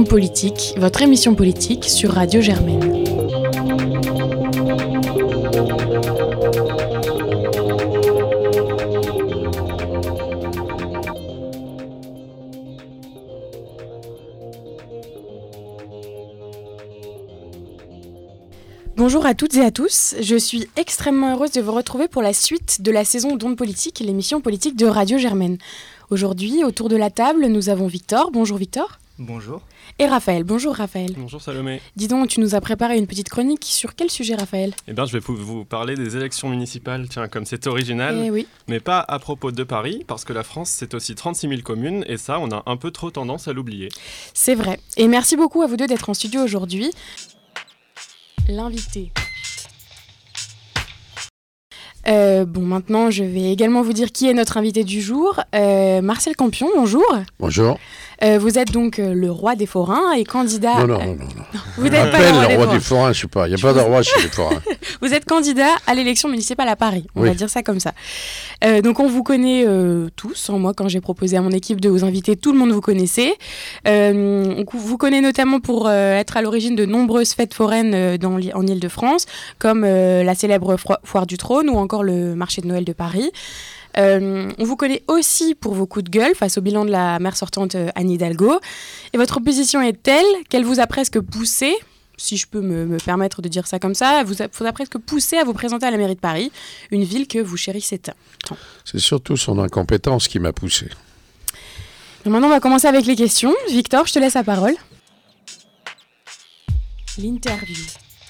Politique, votre émission politique sur Radio Germaine. Bonjour à toutes et à tous, je suis extrêmement heureuse de vous retrouver pour la suite de la saison d'Ondes Politiques, l'émission politique de Radio Germaine. Aujourd'hui, autour de la table, nous avons Victor. Bonjour Victor. Bonjour. Et Raphaël. Bonjour Raphaël. Bonjour Salomé. Dis donc, tu nous as préparé une petite chronique sur quel sujet, Raphaël ? Eh bien, je vais vous parler des élections municipales, tiens, comme c'est original, oui. Mais pas à propos de Paris, parce que la France, c'est aussi 36 000 communes, et ça, on a un peu trop tendance à l'oublier. C'est vrai. Et merci beaucoup à vous deux d'être en studio aujourd'hui. L'invité. Maintenant, je vais également vous dire qui est notre invité du jour. Marcel Campion, bonjour. Bonjour. Vous êtes donc le roi des forains et candidat... Non. Vous n'êtes pas le roi des forains, je sais pas. Il n'y a pas de roi chez les forains. Vous êtes candidat à l'élection municipale à Paris. On va dire ça comme ça. Donc on vous connaît tous. Moi, quand j'ai proposé à mon équipe de vous inviter, tout le monde vous connaissait. On vous connaît notamment pour être à l'origine de nombreuses fêtes foraines en Île-de-France, comme la célèbre Foire du Trône ou encore le marché de Noël de Paris. On vous connaît aussi pour vos coups de gueule face au bilan de la maire sortante Anne Hidalgo. Et votre opposition est telle qu'elle vous a presque poussé, si je peux me permettre de dire ça comme ça, vous a presque poussé à vous présenter à la mairie de Paris, une ville que vous chérissez tant. C'est surtout son incompétence qui m'a poussé. Donc maintenant, on va commencer avec les questions. Victor, je te laisse la parole. L'interview.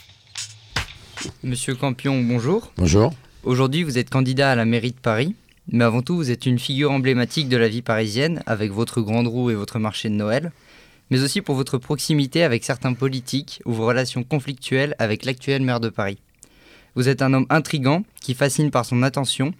Monsieur Campion, bonjour. Bonjour. Aujourd'hui, vous êtes candidat à la mairie de Paris, mais avant tout, vous êtes une figure emblématique de la vie parisienne, avec votre grande roue et votre marché de Noël, mais aussi pour votre proximité avec certains politiques ou vos relations conflictuelles avec l'actuel maire de Paris. Vous êtes un homme intrigant, qui fascine par son ascension,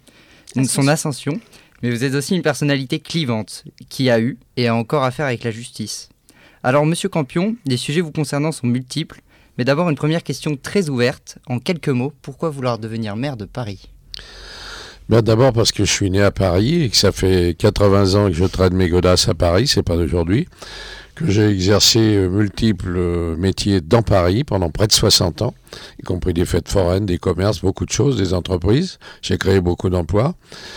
mais vous êtes aussi une personnalité clivante, qui a eu et a encore affaire avec la justice. Alors, monsieur Campion, les sujets vous concernant sont multiples, mais d'abord, une première question très ouverte. En quelques mots, pourquoi vouloir devenir maire de Paris ? D'abord parce que je suis né à Paris et que ça fait 80 ans que je traîne mes godasses à Paris, c'est pas d'aujourd'hui, que j'ai exercé multiples métiers dans Paris pendant près de 60 ans, y compris des fêtes foraines, des commerces, beaucoup de choses, des entreprises. J'ai créé beaucoup d'emplois.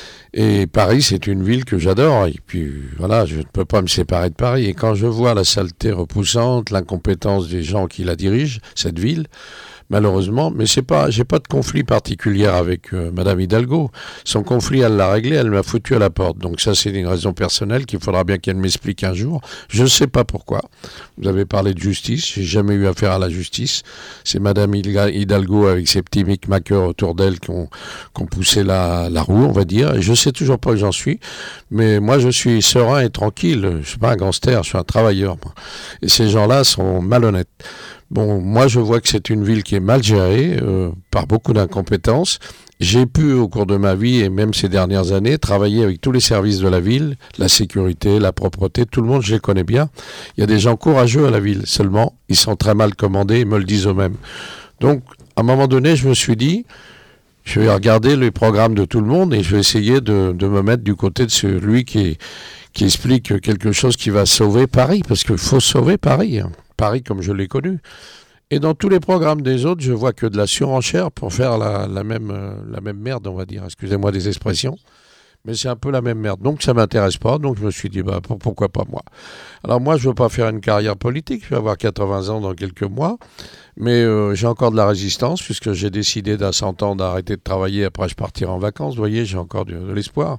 Et Paris, c'est une ville que j'adore. Et puis, voilà, je ne peux pas me séparer de Paris. Et quand je vois la saleté repoussante, l'incompétence des gens qui la dirigent, cette ville, malheureusement, mais j'ai pas de conflit particulier avec Madame Hidalgo. Son conflit, elle l'a réglé, elle m'a foutu à la porte. Donc ça, c'est une raison personnelle qu'il faudra bien qu'elle m'explique un jour. Je ne sais pas pourquoi. Vous avez parlé de justice, j'ai jamais eu affaire à la justice. C'est Madame Hidalgo avec ses petits micmaqueurs autour d'elle qui ont poussé la roue, on va dire. Et je sais toujours pas où j'en suis, mais moi, je suis serein et tranquille. Je suis pas un gangster, je suis un travailleur. Moi. Et ces gens-là sont malhonnêtes. Bon, moi, je vois que c'est une ville qui est mal gérée, par beaucoup d'incompétences. J'ai pu, au cours de ma vie, et même ces dernières années, travailler avec tous les services de la ville, la sécurité, la propreté, tout le monde, je les connais bien. Il y a des gens courageux à la ville, seulement, ils sont très mal commandés, ils me le disent eux-mêmes. Donc, à un moment donné, je me suis dit, je vais regarder les programmes de tout le monde et je vais essayer de me mettre du côté de celui qui explique quelque chose qui va sauver Paris, parce qu'il faut sauver Paris, hein. Paris comme je l'ai connu. Et dans tous les programmes des autres, je vois que de la surenchère pour faire la même merde, on va dire. Excusez-moi des expressions, mais c'est un peu la même merde. Donc ça m'intéresse pas, donc je me suis dit, pourquoi pas moi. Alors moi, je veux pas faire une carrière politique, je vais avoir 80 ans dans quelques mois, mais j'ai encore de la résistance, puisque j'ai décidé d'un 100 ans d'arrêter de travailler, après je partirai en vacances, vous voyez, j'ai encore de l'espoir.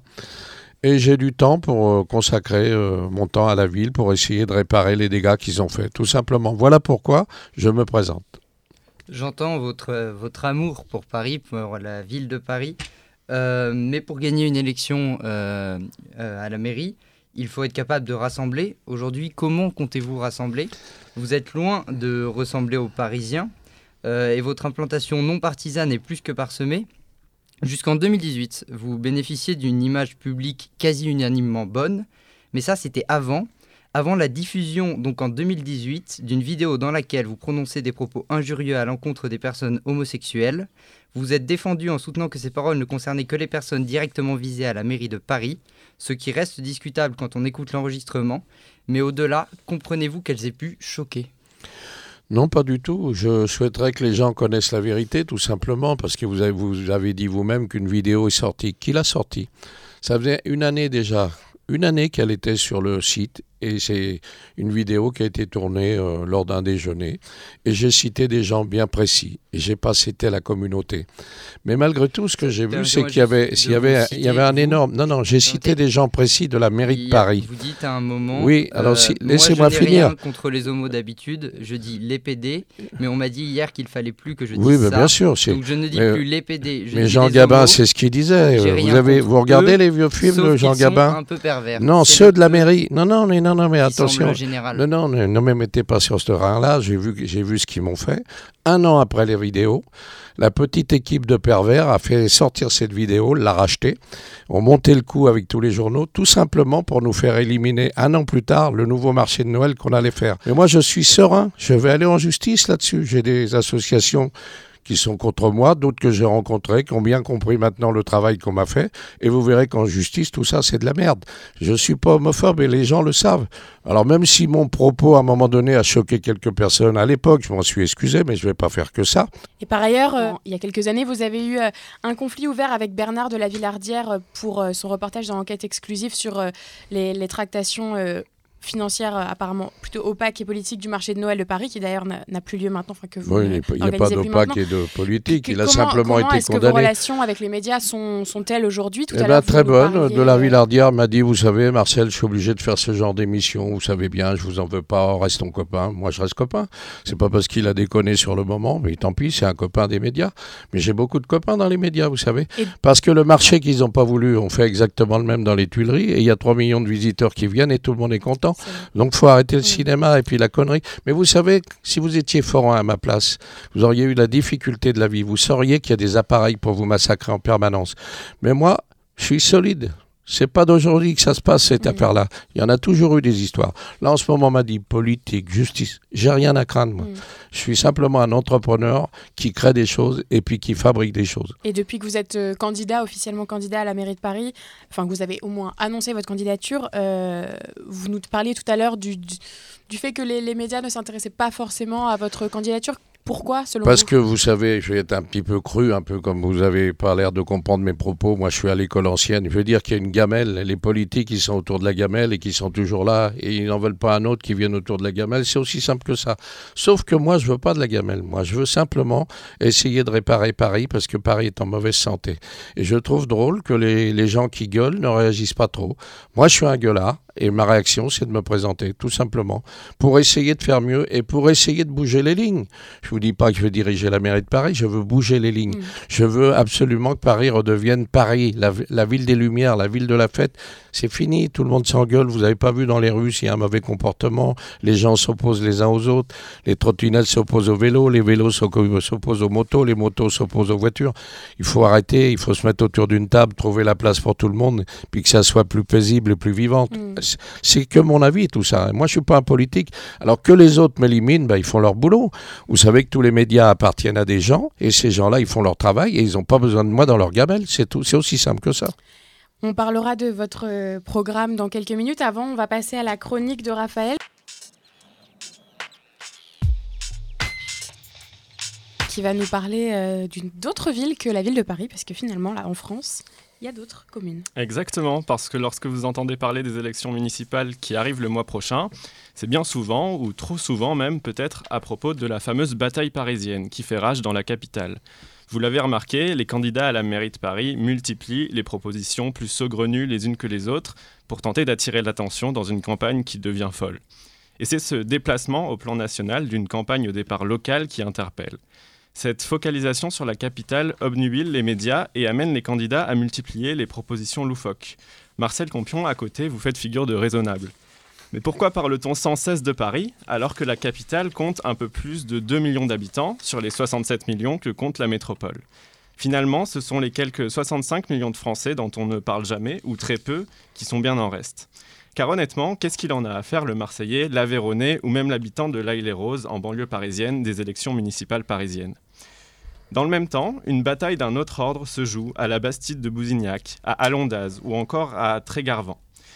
Et j'ai du temps pour consacrer mon temps à la ville pour essayer de réparer les dégâts qu'ils ont faits, tout simplement. Voilà pourquoi je me présente. J'entends votre amour pour Paris, pour la ville de Paris, mais pour gagner une élection à la mairie, il faut être capable de rassembler. Aujourd'hui, comment comptez-vous rassembler ? Vous êtes loin de ressembler aux Parisiens et votre implantation non partisane est plus que parsemée. Jusqu'en 2018, vous bénéficiez d'une image publique quasi unanimement bonne, mais ça c'était avant la diffusion, donc en 2018, d'une vidéo dans laquelle vous prononcez des propos injurieux à l'encontre des personnes homosexuelles. Vous êtes défendu en soutenant que ces paroles ne concernaient que les personnes directement visées à la mairie de Paris, ce qui reste discutable quand on écoute l'enregistrement, Mais au-delà, comprenez-vous qu'elles aient pu choquer ? Non, pas du tout. Je souhaiterais que les gens connaissent la vérité, tout simplement, parce que vous avez dit vous-même qu'une vidéo est sortie. Qui l'a sortie ? Ça faisait une année déjà, qu'elle était sur le site, et c'est une vidéo qui a été tournée lors d'un déjeuner. Et j'ai cité des gens bien précis, et j'ai pas cité la communauté. Mais malgré tout, ce que j'ai vu, c'est qu'il y avait un énorme... Non, j'ai cité des gens précis de la mairie de Paris. Vous dites à un moment... Oui, alors laissez-moi finir. Rien contre les homos d'habitude, je dis les PD, mais on m'a dit hier qu'il fallait plus que je dise ça. Oui, mais bien sûr. Donc je ne dis plus les PD, mais Jean Gabin, c'est ce qu'il disait. Vous regardez les vieux films de Jean Gabin ? Un peu pervers. Non, ceux de la mairie. Non, mais attention. Général. Non, ne me mettez pas sur ce terrain-là. J'ai vu ce qu'ils m'ont fait. Un an après les vidéos, la petite équipe de pervers a fait sortir cette vidéo, l'a rachetée. On montait le coup avec tous les journaux, tout simplement pour nous faire éliminer un an plus tard le nouveau marché de Noël qu'on allait faire. Mais moi, je suis serein. Je vais aller en justice là-dessus. J'ai des associations qui sont contre moi, d'autres que j'ai rencontrés, qui ont bien compris maintenant le travail qu'on m'a fait, et vous verrez qu'en justice, tout ça, c'est de la merde. Je ne suis pas homophobe et les gens le savent. Alors même si mon propos, à un moment donné, a choqué quelques personnes à l'époque, je m'en suis excusé, mais je ne vais pas faire que ça. Et par ailleurs, il y a quelques années, vous avez eu un conflit ouvert avec Bernard de la Villardière pour son reportage dans Enquête exclusive sur les tractations financière apparemment plutôt opaque et politique du marché de Noël de Paris, qui d'ailleurs n'a plus lieu maintenant, enfin que vous il n'y a pas d'opaque et de politique, il a simplement été condamné. Est-ce que vos relations avec les médias sont-elles aujourd'hui? Très bonne. De la Villardière m'a dit, vous savez Marcel, je suis obligé de faire ce genre d'émission, vous savez bien, je vous en veux pas, restons copains. Moi je reste copain, c'est pas parce qu'il a déconné sur le moment, mais tant pis, c'est un copain des médias. Mais j'ai beaucoup de copains dans les médias, vous savez, parce que le marché qu'ils n'ont pas voulu, on fait exactement le même dans les Tuileries, et il y a 3 millions de visiteurs qui viennent et tout le monde est content. Donc il faut arrêter le cinéma et puis la connerie. Mais vous savez, si vous étiez forain à ma place, vous auriez eu la difficulté de la vie. Vous sauriez qu'il y a des appareils pour vous massacrer en permanence. Mais moi, je suis solide. C'est pas d'aujourd'hui que ça se passe, cette affaire-là. Il y en a toujours eu des histoires. Là, en ce moment, on m'a dit politique, justice. J'ai rien à craindre, moi. Je suis simplement un entrepreneur qui crée des choses et puis qui fabrique des choses. Et depuis que vous êtes officiellement candidat à la mairie de Paris, enfin, que vous avez au moins annoncé votre candidature, vous nous parliez tout à l'heure du fait que les médias ne s'intéressaient pas forcément à votre candidature. Pourquoi, selon vous ? Parce que vous savez, je vais être un petit peu cru, un peu comme vous avez pas l'air de comprendre mes propos. Moi, je suis à l'école ancienne. Je veux dire qu'il y a une gamelle. Les politiques, ils sont autour de la gamelle et qui sont toujours là. Et ils n'en veulent pas un autre qui vienne autour de la gamelle. C'est aussi simple que ça. Sauf que moi, je veux pas de la gamelle. Moi, je veux simplement essayer de réparer Paris parce que Paris est en mauvaise santé. Et je trouve drôle que les gens qui gueulent ne réagissent pas trop. Moi, je suis un gueulard. Et ma réaction, c'est de me présenter, tout simplement, pour essayer de faire mieux et pour essayer de bouger les lignes. Je ne vous dis pas que je veux diriger la mairie de Paris, je veux bouger les lignes. Je veux absolument que Paris redevienne Paris, la ville des Lumières, la ville de la fête. C'est fini, tout le monde s'engueule. Vous n'avez pas vu dans les rues s'il y a un mauvais comportement. Les gens s'opposent les uns aux autres. Les trottinettes s'opposent aux vélos, les vélos s'opposent aux motos, les motos s'opposent aux voitures. Il faut arrêter, il faut se mettre autour d'une table, trouver la place pour tout le monde, puis que ça soit plus paisible et plus vivante. C'est que mon avis, tout ça. Moi, je ne suis pas un politique. Alors que les autres m'éliminent, ils font leur boulot. Vous savez que tous les médias appartiennent à des gens, et ces gens-là, ils font leur travail, et ils n'ont pas besoin de moi dans leur gamelle. C'est tout. C'est aussi simple que ça. On parlera de votre programme dans quelques minutes. Avant, on va passer à la chronique de Raphaël, qui va nous parler d'autres villes que la ville de Paris, parce que finalement, là, en France, il y a d'autres communes. Exactement, parce que lorsque vous entendez parler des élections municipales qui arrivent le mois prochain, c'est bien souvent, ou trop souvent même peut-être, à propos de la fameuse bataille parisienne qui fait rage dans la capitale. Vous l'avez remarqué, les candidats à la mairie de Paris multiplient les propositions plus saugrenues les unes que les autres pour tenter d'attirer l'attention dans une campagne qui devient folle. Et c'est ce déplacement au plan national d'une campagne au départ locale qui interpelle. Cette focalisation sur la capitale obnubile les médias et amène les candidats à multiplier les propositions loufoques. Marcel Compion, à côté, vous faites figure de raisonnable. Mais pourquoi parle-t-on sans cesse de Paris, alors que la capitale compte un peu plus de 2 millions d'habitants sur les 67 millions que compte la métropole ? Finalement, ce sont les quelques 65 millions de Français dont on ne parle jamais, ou très peu, qui sont bien en reste. Car honnêtement, qu'est-ce qu'il en a à faire le Marseillais, l'Aveyronais ou même l'habitant de l'Aille-les-Roses en banlieue parisienne des élections municipales parisiennes ? Dans le même temps, une bataille d'un autre ordre se joue à la Bastide de Bousignac, à Allondaz ou encore à Trégarvan.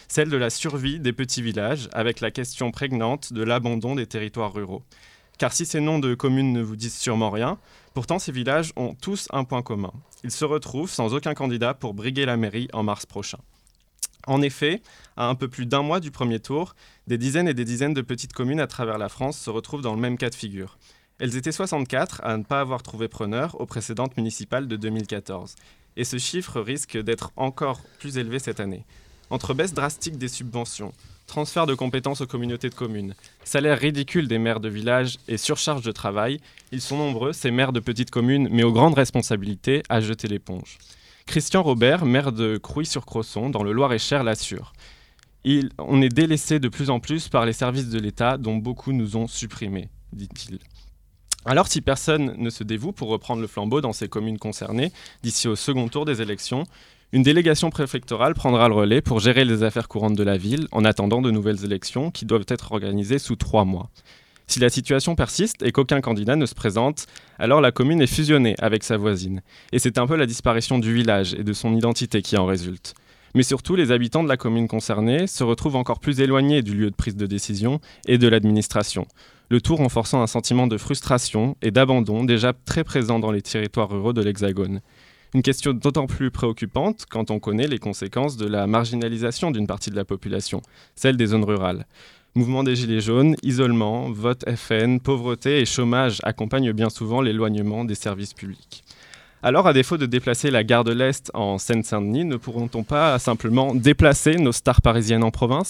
celle de la survie des petits villages, avec la question prégnante de l'abandon des territoires ruraux. Car si ces noms de communes ne vous disent sûrement rien, pourtant ces villages ont tous un point commun. Ils se retrouvent sans aucun candidat pour briguer la mairie en mars prochain. En effet, à un peu plus d'un mois du premier tour, des dizaines et des dizaines de petites communes à travers la France se retrouvent dans le même cas de figure. Elles étaient 64 à ne pas avoir trouvé preneur aux précédentes municipales de 2014. Et ce chiffre risque d'être encore plus élevé cette année. Entre baisse drastique des subventions, transfert de compétences aux communautés de communes, salaire ridicule des maires de village et surcharge de travail, ils sont nombreux, ces maires de petites communes, mais aux grandes responsabilités, à jeter l'éponge. Christian Robert, maire de Crouy-sur-Crosson, dans le Loir-et-Cher, l'assure. On est délaissé de plus en plus par les services de l'État, dont beaucoup nous ont supprimés, dit-il. Alors, si personne ne se dévoue pour reprendre le flambeau dans ces communes concernées, d'ici au second tour des élections, une délégation préfectorale prendra le relais pour gérer les affaires courantes de la ville en attendant de nouvelles élections qui doivent être organisées sous 3 mois. Si la situation persiste et qu'aucun candidat ne se présente, alors la commune est fusionnée avec sa voisine. Et c'est un peu la disparition du village et de son identité qui en résulte. Mais surtout, les habitants de la commune concernée se retrouvent encore plus éloignés du lieu de prise de décision et de l'administration, le tout renforçant un sentiment de frustration et d'abandon déjà très présent dans les territoires ruraux de l'Hexagone. Une question d'autant plus préoccupante quand on connaît les conséquences de la marginalisation d'une partie de la population, celle des zones rurales. Mouvement des Gilets jaunes, isolement, vote FN, pauvreté et chômage accompagnent bien souvent l'éloignement des services publics. Alors, à défaut de déplacer la gare de l'Est en Seine-Saint-Denis, ne pourront-on pas simplement déplacer nos stars parisiennes en province ?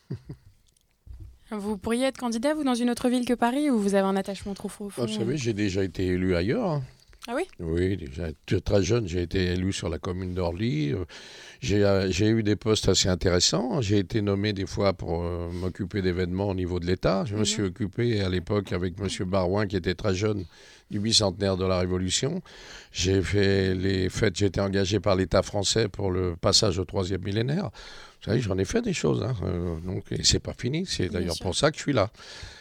Vous pourriez être candidat, vous, dans une autre ville que Paris, ou vous avez un attachement trop profond ? Vous savez, j'ai déjà été élu ailleurs. Ah oui ? Oui, déjà très jeune, j'ai été élu sur la commune d'Orly. J'ai eu des postes assez intéressants. J'ai été nommé des fois pour m'occuper d'événements au niveau de l'État. Je me suis occupé à l'époque avec M. Barouin, qui était très jeune, du bicentenaire de la Révolution. J'ai fait les fêtes, j'ai été engagé par l'État français pour le passage au 3e millénaire. Vous savez, j'en ai fait des choses. Et c'est pas fini. C'est d'ailleurs pour ça que je suis là.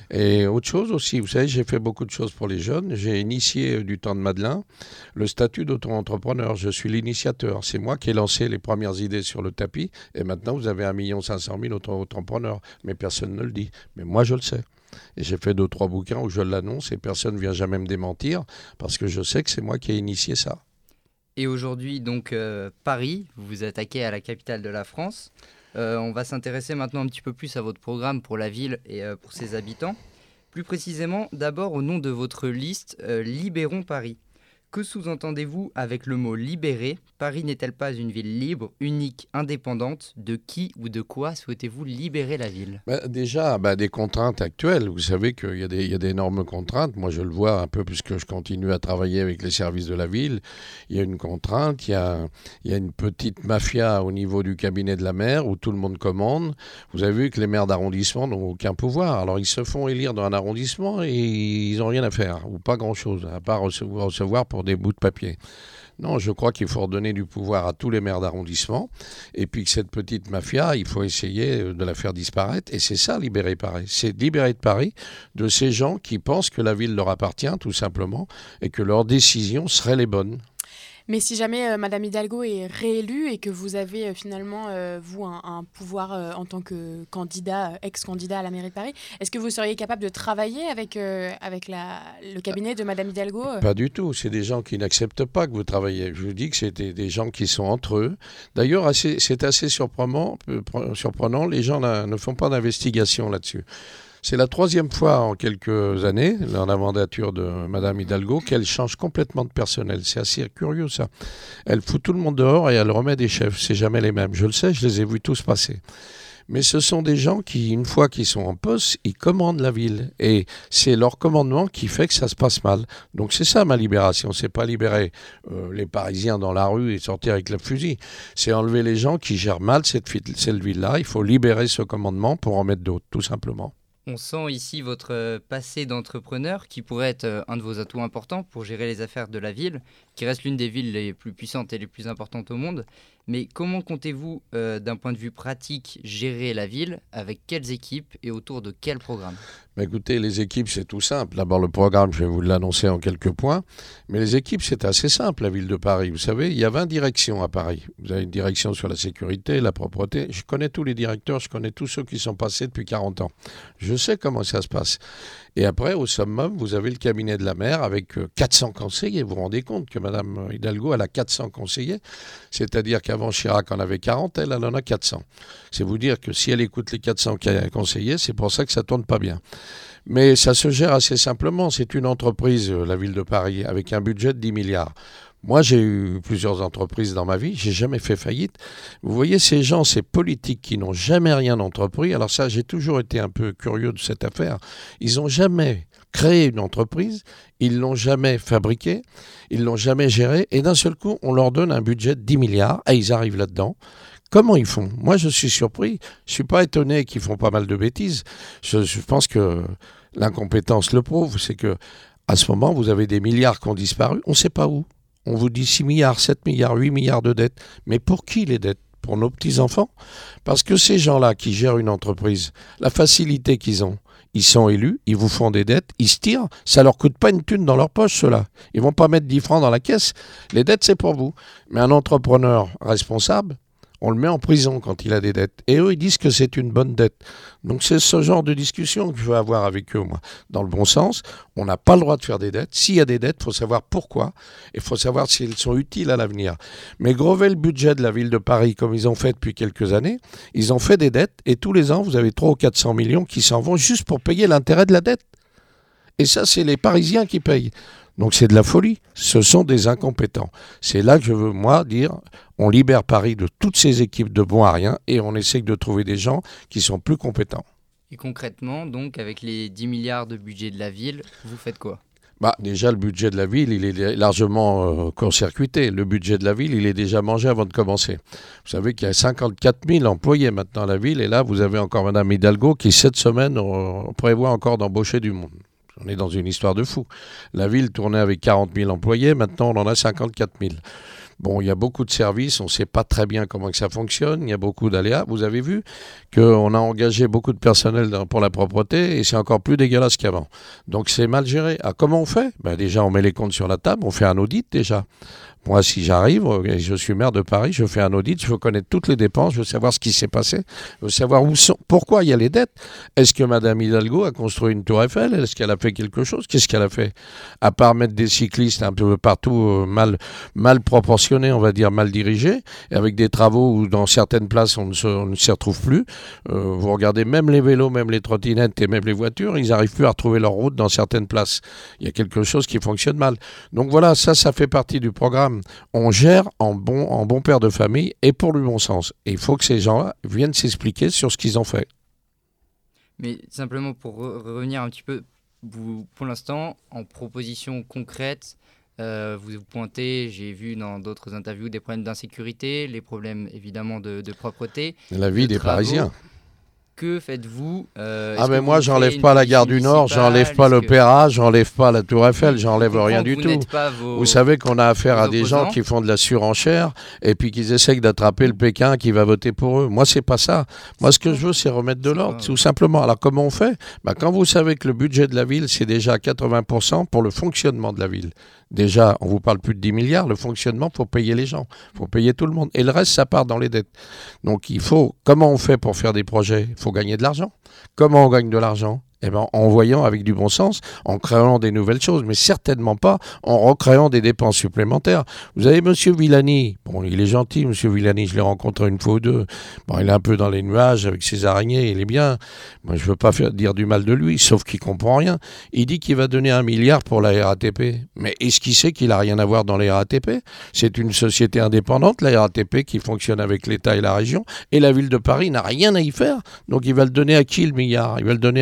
Et autre chose aussi, vous savez, j'ai fait beaucoup de choses pour les jeunes. J'ai initié du temps de Madeleine le statut d'auto-entrepreneur. Je suis l'initiateur. C'est moi qui ai lancé les premières idées sur le tapis. Et maintenant, vous avez 1 500 000 auto-entrepreneurs. Mais personne ne le dit. Mais moi, je le sais. Et j'ai fait 2-3 bouquins où je l'annonce et personne ne vient jamais me démentir parce que je sais que c'est moi qui ai initié ça. Et aujourd'hui, donc, Paris, vous vous attaquez à la capitale de la France. On va s'intéresser maintenant un petit peu plus à votre programme pour la ville et pour ses habitants. Plus précisément, d'abord au nom de votre liste, Libérons Paris. Que sous-entendez-vous avec le mot « libérer » ? Paris n'est-elle pas une ville libre, unique, indépendante ? De qui ou de quoi souhaitez-vous libérer la ville ? Déjà, des contraintes actuelles. Vous savez qu'il y a d'énormes contraintes. Moi, je le vois un peu puisque je continue à travailler avec les services de la ville. Il y a une contrainte, il y a une petite mafia au niveau du cabinet de la maire où tout le monde commande. Vous avez vu que les maires d'arrondissement n'ont aucun pouvoir. Alors, ils se font élire dans un arrondissement et ils n'ont rien à faire, ou pas grand-chose, à part recevoir pour des bouts de papier. Non, je crois qu'il faut redonner du pouvoir à tous les maires d'arrondissement et puis que cette petite mafia, il faut essayer de la faire disparaître et c'est ça, libérer Paris. C'est libérer de Paris de ces gens qui pensent que la ville leur appartient tout simplement et que leurs décisions seraient les bonnes. Mais si jamais Madame Hidalgo est réélue et que vous avez finalement, vous, un pouvoir en tant que candidat, ex-candidat à la mairie de Paris, est-ce que vous seriez capable de travailler avec le cabinet de Madame Hidalgo ? Pas du tout. C'est des gens qui n'acceptent pas que vous travaillez. Je vous dis que c'était des gens qui sont entre eux. D'ailleurs, c'est assez surprenant. Les gens ne font pas d'investigation là-dessus. C'est la 3e fois en quelques années, dans la mandature de Mme Hidalgo, qu'elle change complètement de personnel. C'est assez curieux, ça. Elle fout tout le monde dehors et elle remet des chefs. C'est jamais les mêmes. Je le sais, je les ai vus tous passer. Mais ce sont des gens qui, une fois qu'ils sont en poste, ils commandent la ville. Et c'est leur commandement qui fait que ça se passe mal. Donc c'est ça ma libération. C'est pas libérer les Parisiens dans la rue et sortir avec le fusil. C'est enlever les gens qui gèrent mal cette ville-là. Il faut libérer ce commandement pour en mettre d'autres, tout simplement. On sent ici votre passé d'entrepreneur qui pourrait être un de vos atouts importants pour gérer les affaires de la ville, qui reste l'une des villes les plus puissantes et les plus importantes au monde. Mais comment comptez-vous, d'un point de vue pratique, gérer la ville? Avec quelles équipes et autour de quels programmes? Écoutez, les équipes, c'est tout simple. D'abord, le programme, je vais vous l'annoncer en quelques points. Mais les équipes, c'est assez simple, la ville de Paris. Vous savez, il y a 20 directions à Paris. Vous avez une direction sur la sécurité, la propreté. Je connais tous les directeurs, je connais tous ceux qui sont passés depuis 40 ans. Je sais comment ça se passe. Et après, au summum, vous avez le cabinet de la maire avec 400 conseillers. Vous vous rendez compte que Mme Hidalgo, elle a 400 conseillers. C'est-à-dire qu'avant Chirac en avait 40, elle en a 400. C'est vous dire que si elle écoute les 400 conseillers, c'est pour ça que ça ne tourne pas bien. Mais ça se gère assez simplement. C'est une entreprise, la ville de Paris, avec un budget de 10 milliards. Moi, j'ai eu plusieurs entreprises dans ma vie, j'ai jamais fait faillite. Vous voyez, ces gens, ces politiques qui n'ont jamais rien entrepris, alors ça, j'ai toujours été un peu curieux de cette affaire. Ils n'ont jamais créé une entreprise, ils l'ont jamais fabriquée, ils l'ont jamais gérée, et d'un seul coup, on leur donne un budget de 10 milliards, et ils arrivent là-dedans. Comment ils font? Moi, je suis surpris. Je ne suis pas étonné qu'ils font pas mal de bêtises. Je pense que l'incompétence le prouve. C'est que à ce moment, vous avez des milliards qui ont disparu. On ne sait pas où. On vous dit 6 milliards, 7 milliards, 8 milliards de dettes. Mais pour qui les dettes? Pour nos petits-enfants? Parce que ces gens-là qui gèrent une entreprise, la facilité qu'ils ont, ils sont élus, ils vous font des dettes, ils se tirent, ça leur coûte pas une thune dans leur poche, ceux-là. Ils vont pas mettre 10 francs dans la caisse. Les dettes, c'est pour vous. Mais un entrepreneur responsable, on le met en prison quand il a des dettes. Et eux, ils disent que c'est une bonne dette. Donc c'est ce genre de discussion que je veux avoir avec eux, moi. Dans le bon sens, on n'a pas le droit de faire des dettes. S'il y a des dettes, il faut savoir pourquoi. Et il faut savoir si elles sont utiles à l'avenir. Mais grever le budget de la ville de Paris, comme ils ont fait depuis quelques années, ils ont fait des dettes. Et tous les ans, vous avez 300 ou 400 millions qui s'en vont juste pour payer l'intérêt de la dette. Et ça, c'est les Parisiens qui payent. Donc c'est de la folie, ce sont des incompétents. C'est là que je veux, moi, dire, on libère Paris de toutes ces équipes de bons à rien et on essaie de trouver des gens qui sont plus compétents. Et concrètement, donc, avec les 10 milliards de budget de la ville, vous faites quoi? Déjà, le budget de la ville, il est largement court-circuité. Le budget de la ville, il est déjà mangé avant de commencer. Vous savez qu'il y a 54 000 employés maintenant à la ville et là, vous avez encore Mme Hidalgo qui, cette semaine, prévoit encore d'embaucher du monde. On est dans une histoire de fou. La ville tournait avec 40 000 employés, maintenant on en a 54 000. Bon, il y a beaucoup de services, on ne sait pas très bien comment que ça fonctionne, il y a beaucoup d'aléas. Vous avez vu qu'on a engagé beaucoup de personnel pour la propreté et c'est encore plus dégueulasse qu'avant. Donc c'est mal géré. Ah, comment on fait? Déjà, on met les comptes sur la table, on fait un audit déjà. Moi, si j'arrive, et je suis maire de Paris, je fais un audit, je veux connaître toutes les dépenses, je veux savoir ce qui s'est passé, je veux savoir pourquoi il y a les dettes. Est-ce que Mme Hidalgo a construit une tour Eiffel? Est-ce qu'elle a fait quelque chose? Qu'est-ce qu'elle a fait? À part mettre des cyclistes un peu partout mal proportionnés, on va dire mal dirigés, et avec des travaux où dans certaines places on ne s'y retrouve plus. Vous regardez même les vélos, même les trottinettes et même les voitures, ils n'arrivent plus à retrouver leur route dans certaines places. Il y a quelque chose qui fonctionne mal. Donc voilà, ça fait partie du programme. On gère en bon père de famille et pour le bon sens. Et il faut que ces gens-là viennent s'expliquer sur ce qu'ils ont fait. Mais simplement pour revenir un petit peu, vous, pour l'instant, en proposition concrète, vous pointez, j'ai vu dans d'autres interviews, des problèmes d'insécurité, les problèmes évidemment de propreté. La vie des Parisiens. Que faites-vous? Mais moi, j'enlève pas la gare du Nord, j'enlève pas l'Opéra, j'enlève pas la Tour Eiffel, j'enlève rien du tout. Vous savez qu'on a affaire à des gens qui font de la surenchère et puis qui essayent d'attraper le Pékin qui va voter pour eux. Moi, c'est pas ça. Moi, ce que je veux, c'est remettre de l'ordre, tout simplement. Alors, comment on fait? Quand vous savez que le budget de la ville, c'est déjà 80% pour le fonctionnement de la ville. Déjà, on vous parle plus de 10 milliards, le fonctionnement, il faut payer les gens, il faut payer tout le monde. Et le reste, ça part dans les dettes. Donc, comment on fait pour faire des projets? Il faut gagner de l'argent. Comment on gagne de l'argent? En voyant avec du bon sens, en créant des nouvelles choses, mais certainement pas en recréant des dépenses supplémentaires. Vous avez M. Villani, il est gentil, M. Villani, je l'ai rencontré une fois ou deux. Il est un peu dans les nuages avec ses araignées, il est bien. Moi, je veux pas dire du mal de lui, sauf qu'il comprend rien. Il dit qu'il va donner 1 milliard pour la RATP. Mais est-ce qu'il sait qu'il a rien à voir dans la RATP? C'est une société indépendante, la RATP, qui fonctionne avec l'État et la région, et la ville de Paris n'a rien à y faire. Donc il va le donner à qui, le milliard? Il va le donner à Aura,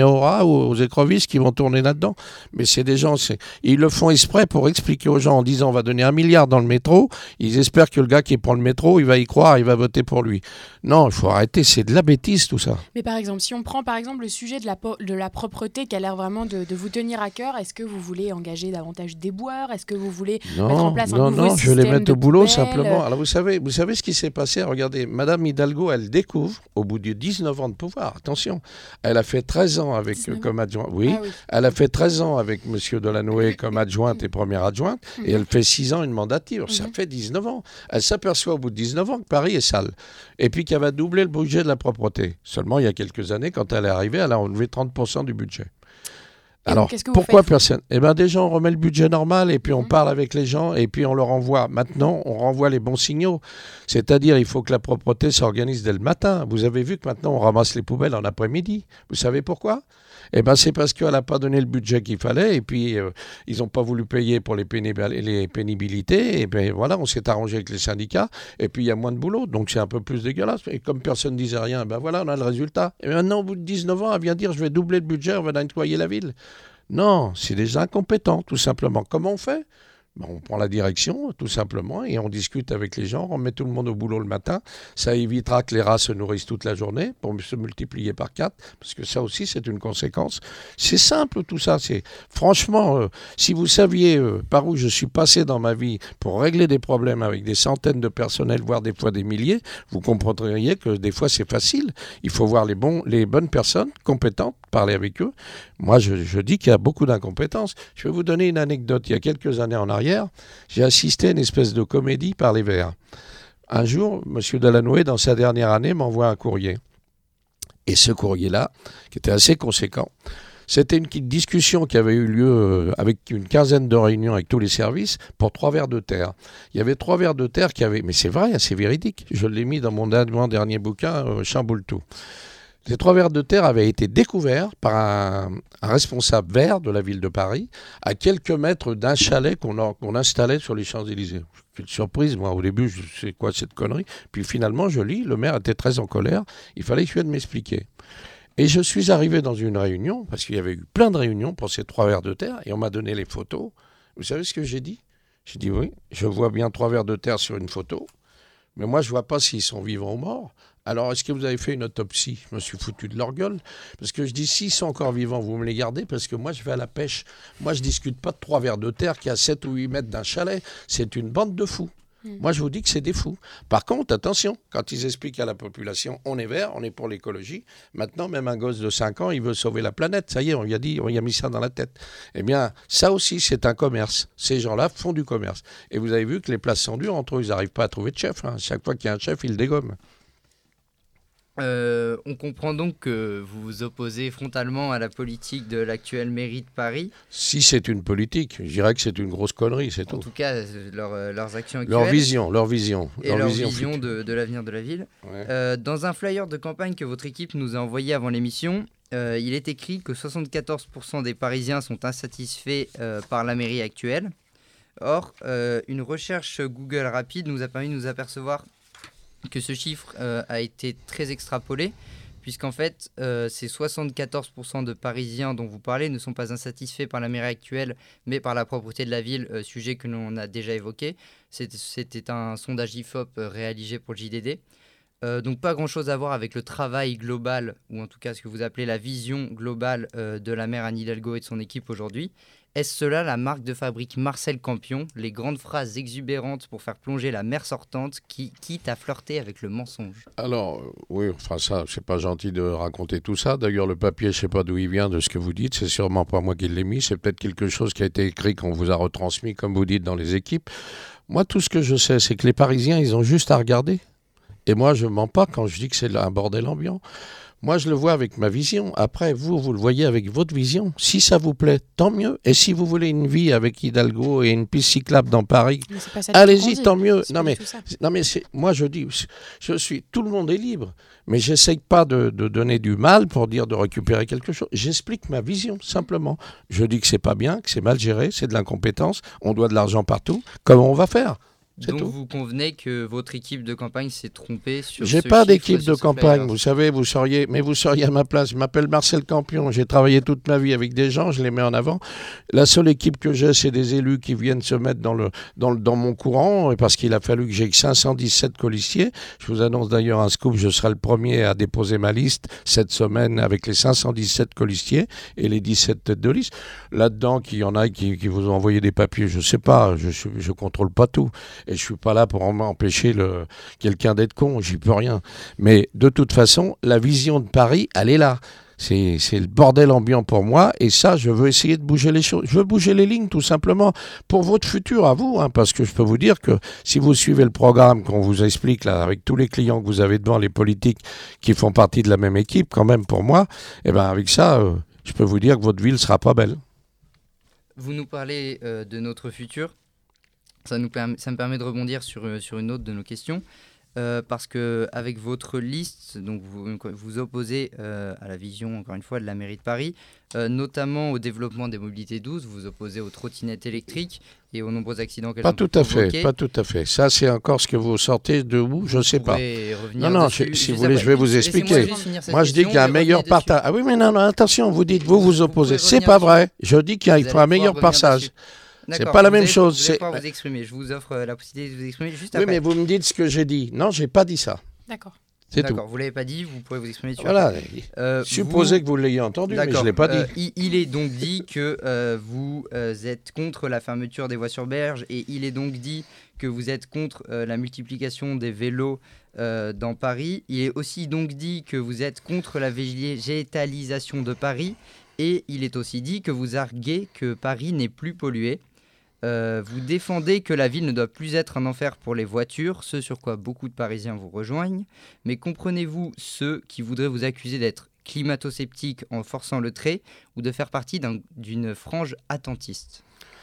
aux écrevisses qui vont tourner là-dedans. Mais c'est des gens, ils le font exprès pour expliquer aux gens en disant on va donner 1 milliard dans le métro. Ils espèrent que le gars qui prend le métro, il va y croire, il va voter pour lui. Non, il faut arrêter, c'est de la bêtise tout ça. Mais par exemple, si on prend par exemple le sujet de la propreté qui a l'air vraiment de vous tenir à cœur, est-ce que vous voulez engager davantage des boueurs? Est-ce que vous voulez mettre en place un nouveau système? Je vais les mettre au boulot poubelles simplement. Alors vous savez ce qui s'est passé? Regardez, Madame Hidalgo, elle découvre, au bout de 19 ans de pouvoir, attention, elle a fait 13 ans comme adjointe. Oui, ah oui, elle a fait 13 ans avec M. Delanoë comme adjointe et première adjointe, et elle fait 6 ans une mandature. Ça fait 19 ans. Elle s'aperçoit au bout de 19 ans que Paris est sale. Et puis qu'elle va doubler le budget de la propreté. Seulement, il y a quelques années, quand elle est arrivée, elle a enlevé 30% du budget. Alors, pourquoi personne? Eh bien, déjà, on remet le budget normal et puis on parle avec les gens et puis on leur envoie. Maintenant, on renvoie les bons signaux. C'est-à-dire, il faut que la propreté s'organise dès le matin. Vous avez vu que maintenant, on ramasse les poubelles en après-midi. Vous savez pourquoi? Eh bien, c'est parce qu'elle n'a pas donné le budget qu'il fallait et puis ils n'ont pas voulu payer pour les pénibilités. Et bien, voilà, on s'est arrangé avec les syndicats et puis il y a moins de boulot. Donc, c'est un peu plus dégueulasse. Et comme personne ne disait rien, ben voilà, on a le résultat. Et maintenant, au bout de 19 ans, elle vient dire, je vais doubler le budget, on va nettoyer la ville. Non, c'est des incompétents, tout simplement. Comment on fait? On prend la direction, tout simplement, et on discute avec les gens, on met tout le monde au boulot le matin. Ça évitera que les rats se nourrissent toute la journée pour se multiplier par 4, parce que ça aussi, c'est une conséquence. C'est simple, tout ça. Franchement, si vous saviez par où je suis passé dans ma vie pour régler des problèmes avec des centaines de personnels, voire des fois des milliers, vous comprendriez que des fois, c'est facile. Il faut voir les bonnes personnes compétentes, parler avec eux. Moi, je dis qu'il y a beaucoup d'incompétences. Je vais vous donner une anecdote. Il y a quelques années en arrière, j'ai assisté à une espèce de comédie par les Verts. Un jour, M. Delanoë, dans sa dernière année, m'envoie un courrier. Et ce courrier-là, qui était assez conséquent, c'était une discussion qui avait eu lieu avec une quinzaine de réunions avec tous les services pour 3 vers de terre. Il y avait 3 vers de terre qui avaient... Mais c'est vrai, c'est véridique. Je l'ai mis dans mon dernier bouquin, Chamboule tout. Les 3 vers de terre avaient été découverts par un responsable vert de la ville de Paris à quelques mètres d'un chalet qu'on installait sur les Champs-Élysées. Quelle surprise, moi, au début, je sais quoi cette connerie. Puis finalement, je lis, le maire était très en colère, il fallait que je vienne m'expliquer. Et je suis arrivé dans une réunion, parce qu'il y avait eu plein de réunions pour ces 3 vers de terre, et on m'a donné les photos. Vous savez ce que j'ai dit? J'ai dit oui, je vois bien 3 vers de terre sur une photo, mais moi, je ne vois pas s'ils sont vivants ou morts. Alors, est-ce que vous avez fait une autopsie? Je me suis foutu de leur gueule. Parce que je dis, s'ils sont encore vivants, vous me les gardez, parce que moi, je vais à la pêche. Moi, je ne discute pas de 3 vers de terre qui a 7 ou 8 mètres d'un chalet. C'est une bande de fous. Moi, je vous dis que c'est des fous. Par contre, attention, quand ils expliquent à la population, on est vert, on est pour l'écologie. Maintenant, même un gosse de 5 ans, il veut sauver la planète. Ça y est, on lui a dit, on lui a mis ça dans la tête. Eh bien, ça aussi, c'est un commerce. Ces gens-là font du commerce. Et vous avez vu que les places sont dures. Entre eux, ils n'arrivent pas à trouver de chef. Chaque fois qu'il y a un chef, ils le dégomment. On comprend donc que vous vous opposez frontalement à la politique de l'actuelle mairie de Paris. Si c'est une politique, je dirais que c'est une grosse connerie, c'est tout. En tout cas, leurs actions actuelles. Leur vision. Et leur vision de l'avenir de la ville. Ouais. Dans un flyer de campagne que votre équipe nous a envoyé avant l'émission, il est écrit que 74% des Parisiens sont insatisfaits par la mairie actuelle. Or, une recherche Google rapide nous a permis de nous apercevoir que ce chiffre a été très extrapolé, puisqu'en fait, ces 74% de Parisiens dont vous parlez ne sont pas insatisfaits par la mairie actuelle, mais par la propreté de la ville, sujet que l'on a déjà évoqué. C'était un sondage IFOP réalisé pour le JDD. Donc pas grand-chose à voir avec le travail global, ou en tout cas ce que vous appelez la vision globale de la maire Anne Hidalgo et de son équipe aujourd'hui. Est-ce cela la marque de fabrique Marcel Campion, les grandes phrases exubérantes pour faire plonger la maire sortante qui quitte à flirter avec le mensonge? Alors, oui, enfin ça, c'est pas gentil de raconter tout ça. D'ailleurs, le papier, je sais pas d'où il vient de ce que vous dites. C'est sûrement pas moi qui l'ai mis. C'est peut-être quelque chose qui a été écrit qu'on vous a retransmis, comme vous dites, dans les équipes. Moi, tout ce que je sais, c'est que les Parisiens, ils ont juste à regarder. Et moi, je mens pas quand je dis que c'est un bordel ambiant. Moi, je le vois avec ma vision. Après, vous le voyez avec votre vision. Si ça vous plaît, tant mieux. Et si vous voulez une vie avec Hidalgo et une piste cyclable dans Paris, allez-y, tant mieux. Non, mais moi, je dis, tout le monde est libre. Mais j'essaye pas de donner du mal pour dire de récupérer quelque chose. J'explique ma vision, simplement. Je dis que c'est pas bien, que c'est mal géré, c'est de l'incompétence. On doit de l'argent partout. Comment on va faire ? Donc vous convenez que votre équipe de campagne s'est trompée sur J'ai pas d'équipe de campagne, vous savez, vous seriez à ma place. Je m'appelle Marcel Campion, j'ai travaillé toute ma vie avec des gens, je les mets en avant. La seule équipe que j'ai, c'est des élus qui viennent se mettre dans mon courant, parce qu'il a fallu que j'ai 517 colistiers. Je vous annonce d'ailleurs un scoop, je serai le premier à déposer ma liste cette semaine avec les 517 colistiers et les 17 têtes de liste. Là-dedans, qu'il y en a qui vous ont envoyé des papiers, je sais pas, je contrôle pas tout. Et je suis pas là pour empêcher quelqu'un d'être con, j'y peux rien. Mais de toute façon, la vision de Paris, elle est là. C'est le bordel ambiant pour moi, et ça, je veux essayer de bouger les choses. Je veux bouger les lignes, tout simplement, pour votre futur à vous, parce que je peux vous dire que si vous suivez le programme qu'on vous explique, là, avec tous les clients que vous avez devant, les politiques qui font partie de la même équipe, quand même, pour moi, et ben avec ça, je peux vous dire que votre ville sera pas belle. Vous nous parlez de notre futur. Ça me permet de rebondir sur une autre de nos questions, parce qu'avec votre liste, donc vous opposez à la vision, encore une fois, de la mairie de Paris, notamment au développement des mobilités douces, vous opposez aux trottinettes électriques et aux nombreux accidents qu'elles ont provoqués. Pas tout à fait. Ça, c'est encore ce que vous sortez de où, je ne sais pas. Non, si vous voulez, je vais vous expliquer. Moi, je dis qu'il y a un meilleur partage. Ah oui, mais non, attention, vous dites, vous opposez. C'est pas vrai. Je dis qu'il faut un meilleur partage. C'est pas la même chose. Vous allez pouvoir vous exprimer. Je vous offre la possibilité de vous exprimer juste après. Oui, mais vous me dites ce que j'ai dit. Non, j'ai pas dit ça. D'accord. C'est tout. Vous l'avez pas dit, vous pouvez vous exprimer dessus. Voilà. Supposez que vous l'ayez entendu, mais je l'ai pas dit. Il est donc dit que vous êtes contre la fermeture des voies sur berge, et il est donc dit que vous êtes contre la multiplication des vélos dans Paris. Il est aussi donc dit que vous êtes contre la végétalisation de Paris, et il est aussi dit que vous arguez que Paris n'est plus pollué. Vous défendez que la ville ne doit plus être un enfer pour les voitures, ce sur quoi beaucoup de Parisiens vous rejoignent. Mais comprenez-vous ceux qui voudraient vous accuser d'être climato-sceptique en forçant le trait, ou de faire partie d'une frange attentiste ?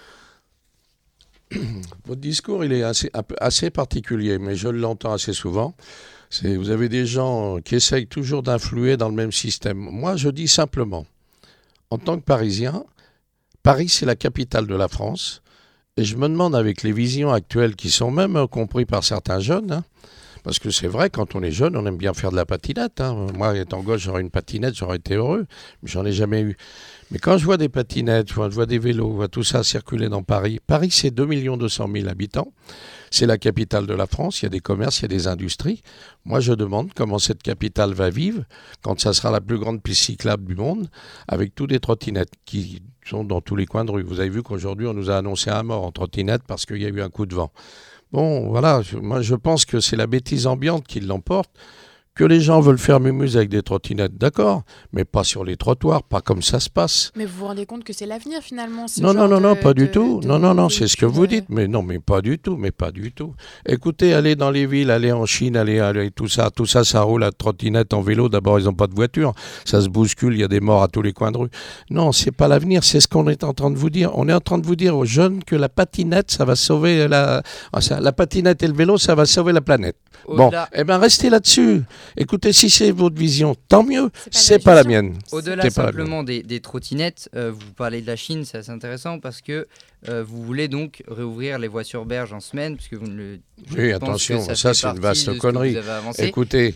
Votre discours, il est assez particulier, mais je l'entends assez souvent. Vous avez des gens qui essayent toujours d'influer dans le même système. Moi, je dis simplement, en tant que Parisien, Paris, c'est la capitale de la France. Et je me demande, avec les visions actuelles qui sont même comprises par certains jeunes, parce que c'est vrai, quand on est jeune, on aime bien faire de la patinette. Moi, étant gauche, j'aurais une patinette, j'aurais été heureux, mais j'en ai jamais eu. Mais quand je vois des patinettes, je vois des vélos, je vois tout ça circuler dans Paris. Paris, c'est 2 200 000 habitants. C'est la capitale de la France, il y a des commerces, il y a des industries. Moi, je demande comment cette capitale va vivre quand ça sera la plus grande piste cyclable du monde, avec tous des trottinettes qui sont dans tous les coins de rue. Vous avez vu qu'aujourd'hui, on nous a annoncé un mort en trottinette parce qu'il y a eu un coup de vent. Bon, voilà, moi je pense que c'est la bêtise ambiante qui l'emporte. Que les gens veulent faire mumuse avec des trottinettes, d'accord, mais pas sur les trottoirs, pas comme ça se passe. Mais vous vous rendez compte que c'est l'avenir finalement, Non, pas du tout. Non, c'est ce que vous dites, mais pas du tout. Écoutez, allez dans les villes, allez en Chine, allez tout ça, ça roule à trottinette, en vélo. D'abord, ils n'ont pas de voiture, ça se bouscule, il y a des morts à tous les coins de rue. Non, c'est pas l'avenir, c'est ce qu'on est en train de vous dire. On est en train de vous dire aux jeunes que la patinette, ça va sauver la patinette et le vélo, ça va sauver la planète. Bon, restez là-dessus. Écoutez, si c'est votre vision, tant mieux, c'est pas la mienne. Au-delà simplement des trottinettes, vous parlez de la Chine, c'est assez intéressant parce que vous voulez donc réouvrir les voies sur berge en semaine, puisque vous ne le... Oui, attention, ça c'est une vaste connerie. Écoutez,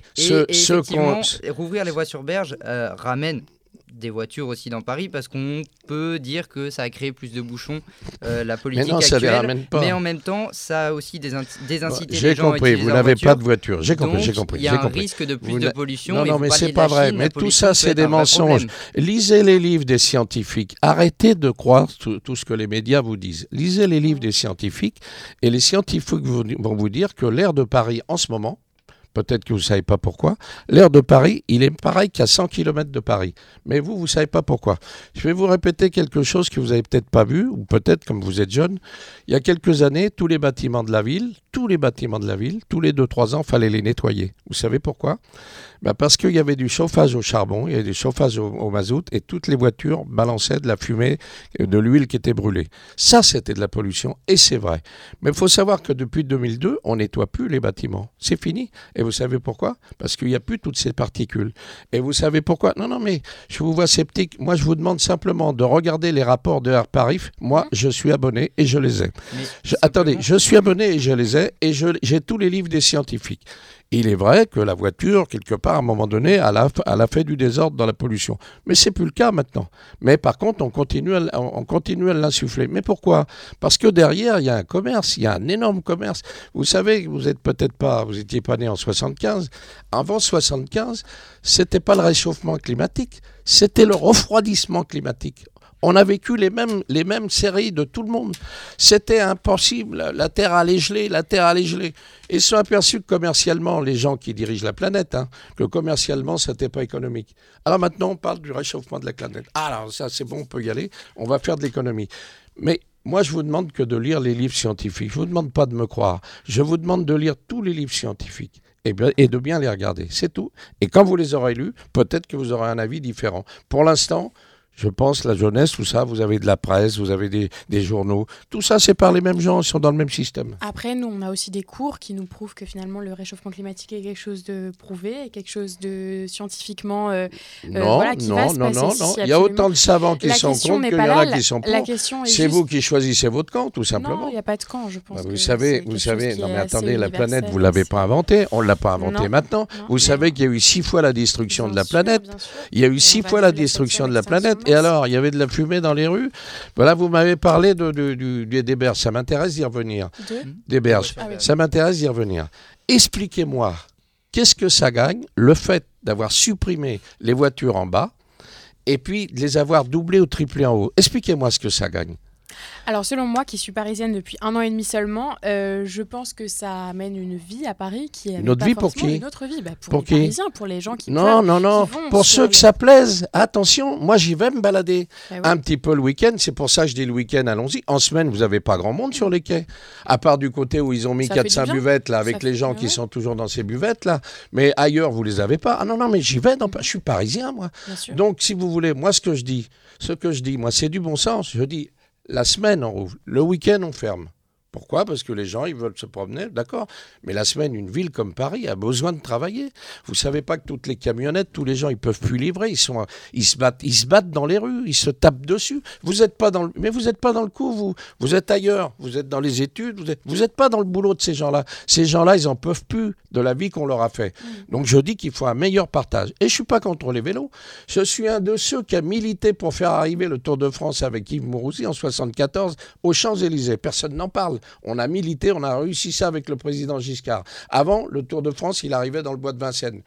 rouvrir les voies sur berge ramène des voitures aussi dans Paris, parce qu'on peut dire que ça a créé plus de bouchons, la politique actuelle, ça les ramène pas. Mais en même temps, ça a aussi désincité les gens à utiliser vous n'avez pas de voiture. J'ai compris. Il y a un risque de plus de pollution. Non, mais c'est pas vrai. Mais tout ça, c'est des mensonges. Lisez les livres des scientifiques. Arrêtez de croire tout ce que les médias vous disent. Lisez les livres des scientifiques, et les scientifiques vont vous dire que l'air de Paris, en ce moment, peut-être que vous ne savez pas pourquoi. L'air de Paris, il est pareil qu'à 100 km de Paris. Mais vous ne savez pas pourquoi. Je vais vous répéter quelque chose que vous n'avez peut-être pas vu, ou peut-être comme vous êtes jeune. Il y a quelques années, tous les bâtiments de la ville, tous les 2-3 ans, il fallait les nettoyer. Vous savez pourquoi ? Parce qu'il y avait du chauffage au charbon, il y avait du chauffage au mazout, et toutes les voitures balançaient de la fumée, de l'huile qui était brûlée. Ça, c'était de la pollution, et c'est vrai. Mais il faut savoir que depuis 2002, on ne nettoie plus les bâtiments. C'est fini. Et vous savez pourquoi ? Parce qu'il n'y a plus toutes ces particules. Et vous savez pourquoi ? Non, mais je vous vois sceptique. Moi, je vous demande simplement de regarder les rapports de Air Paris. Moi, je suis abonné et je les ai. Attendez, je suis abonné et je les ai et j'ai tous les livres des scientifiques. Il est vrai que la voiture, quelque part, à un moment donné, elle a fait du désordre dans la pollution. Mais ce n'est plus le cas maintenant. Mais par contre, on continue à l'insuffler. Mais pourquoi ? Parce que derrière, il y a un commerce, il y a un énorme commerce. Vous savez, vous n'étiez pas né en 75. Avant 75, ce n'était pas le réchauffement climatique, c'était le refroidissement climatique. On a vécu les mêmes séries de tout le monde. C'était impossible. La Terre allait geler. Ils se sont aperçus que commercialement, les gens qui dirigent la planète, que commercialement, ce n'était pas économique. Alors maintenant, on parle du réchauffement de la planète. Alors ça, c'est bon, on peut y aller. On va faire de l'économie. Mais moi, je vous demande que de lire les livres scientifiques. Je ne vous demande pas de me croire. Je vous demande de lire tous les livres scientifiques. Et de bien les regarder. C'est tout. Et quand vous les aurez lus, peut-être que vous aurez un avis différent. Pour l'instant, je pense, la jeunesse, tout ça, vous avez de la presse, vous avez des journaux. Tout ça, c'est par les mêmes gens, ils sont dans le même système. Après, nous, on a aussi des cours qui nous prouvent que finalement, le réchauffement climatique est quelque chose de prouvé, quelque chose de scientifiquement qui va se passer. Non. Il y a autant de savants qui sont contre qu'il y en a qui sont pour. C'est vous qui choisissez votre camp, tout simplement. Non, il n'y a pas de camp, je pense. Vous savez, non mais attendez, la planète, vous ne l'avez pas inventée, on ne l'a pas inventée maintenant. Vous savez qu'il y a eu 6 fois la destruction de la planète. Il y a eu 6 fois la destruction de la planète. Et alors, il y avait de la fumée dans les rues. Voilà, vous m'avez parlé des berges. Ça m'intéresse d'y revenir. Des berges. Ça m'intéresse d'y revenir. Expliquez-moi, qu'est-ce que ça gagne, le fait d'avoir supprimé les voitures en bas et puis de les avoir doublées ou triplées en haut ? Expliquez-moi ce que ça gagne. Alors, selon moi, qui suis parisienne depuis 1 an et demi seulement, je pense que ça amène une vie à Paris qui est une autre vie pour qui ? Une autre vie, pour les Parisiens, pour les gens qui Non. Pour ceux que ça plaise, attention, moi j'y vais me balader un petit peu le week-end. C'est pour ça que je dis le week-end, allons-y. En semaine, vous n'avez pas grand monde sur les quais, à part du côté où ils ont mis 4-5 buvettes là, avec les gens qui sont toujours dans ces buvettes là. Mais ailleurs, vous les avez pas. Ah non, mais j'y vais. Je suis parisien, moi. Donc, si vous voulez, moi ce que je dis, moi, c'est du bon sens. Je dis. La semaine, on rouvre. Le week-end, on ferme. Pourquoi ? Parce que les gens, ils veulent se promener, d'accord. Mais la semaine, une ville comme Paris a besoin de travailler. Vous ne savez pas que toutes les camionnettes, tous les gens, ils ne peuvent plus livrer. Ils se battent dans les rues, ils se tapent dessus. Vous n'êtes pas dans le coup, vous êtes ailleurs. Vous êtes dans les études, vous n'êtes pas dans le boulot de ces gens-là. Ces gens-là, ils n'en peuvent plus de la vie qu'on leur a fait. Donc je dis qu'il faut un meilleur partage. Et je ne suis pas contre les vélos. Je suis un de ceux qui a milité pour faire arriver le Tour de France avec Yves Mourouzi en 1974 aux Champs-Élysées. Personne n'en parle. On a milité, on a réussi ça avec le président Giscard. Avant, le Tour de France, il arrivait dans le bois de Vincennes.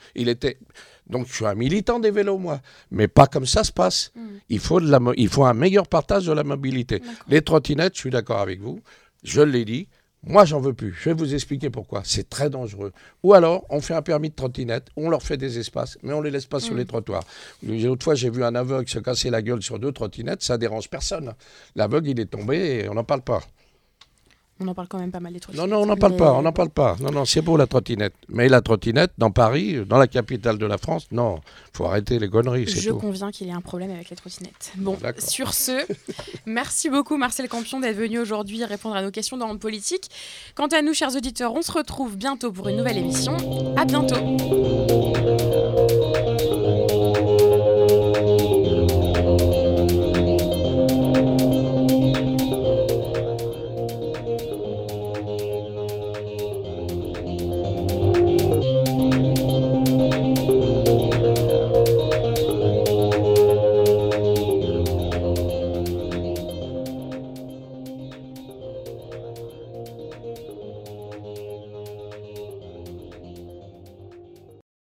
Donc, je suis un militant des vélos, moi. Mais pas comme ça se passe. Il faut un meilleur partage de la mobilité. D'accord. Les trottinettes, je suis d'accord avec vous. Je l'ai dit. Moi, j'en veux plus. Je vais vous expliquer pourquoi. C'est très dangereux. Ou alors, on fait un permis de trottinette, on leur fait des espaces, mais on ne les laisse pas sur les trottoirs. L'autre fois, j'ai vu un aveugle se casser la gueule sur 2 trottinettes. Ça ne dérange personne. L'aveugle, il est tombé et on n'en parle pas. On en parle quand même pas mal des trottinettes. Non, on n'en parle pas. Non, c'est beau la trottinette. Mais la trottinette, dans Paris, dans la capitale de la France, non, il faut arrêter les conneries, c'est tout. Je conviens qu'il y a un problème avec les trottinettes. Bon, sur ce, merci beaucoup Marcel Campion d'être venu aujourd'hui répondre à nos questions dans Monde Politique. Quant à nous, chers auditeurs, on se retrouve bientôt pour une nouvelle émission. À bientôt.